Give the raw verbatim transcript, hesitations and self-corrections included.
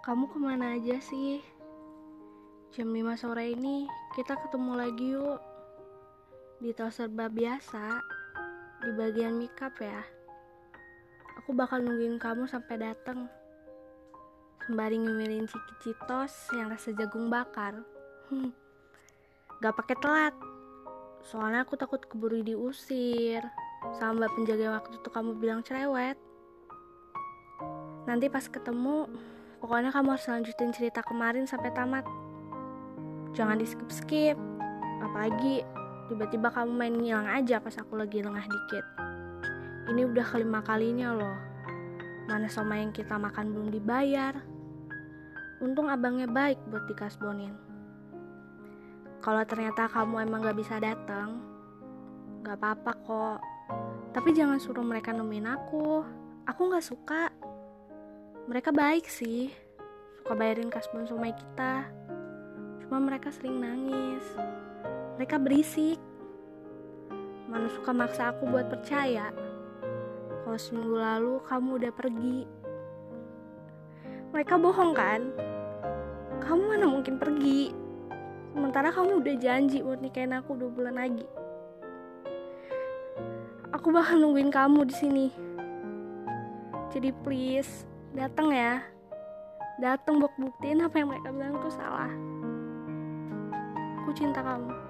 Kamu kemana aja sih? Jam lima sore ini kita ketemu lagi yuk. Di tos serba biasa, di bagian makeup ya. Aku bakal nungguin kamu sampai datang. Sembari ngemilin ciki-citos yang rasa jagung bakar. Gak pakai telat. Soalnya aku takut keburu diusir sama mbak penjaga waktu itu kamu bilang cerewet. Nanti pas ketemu, pokoknya kamu harus lanjutin cerita kemarin sampai tamat. Jangan di skip-skip. Apalagi tiba-tiba kamu main ngilang aja pas aku lagi lengah dikit. Ini udah kelima kalinya loh. Mana sama yang kita makan belum dibayar. Untung abangnya baik buat dikasbonin. Kalau ternyata kamu emang gak bisa datang, gak apa-apa kok. Tapi jangan suruh mereka nemuin aku. Aku gak suka. Mereka baik sih, suka bayarin kasbon somai kita. Cuma mereka sering nangis. Mereka berisik. Mana suka maksa aku buat percaya kalau seminggu lalu kamu udah pergi. Mereka bohong kan? Kamu mana mungkin pergi? Sementara kamu udah janji buat nikahin aku dua bulan lagi. Aku bakal nungguin kamu di sini. Jadi please, datang ya. Datang buat buktiin apa yang mereka bilang tuh salah. Aku cinta kamu.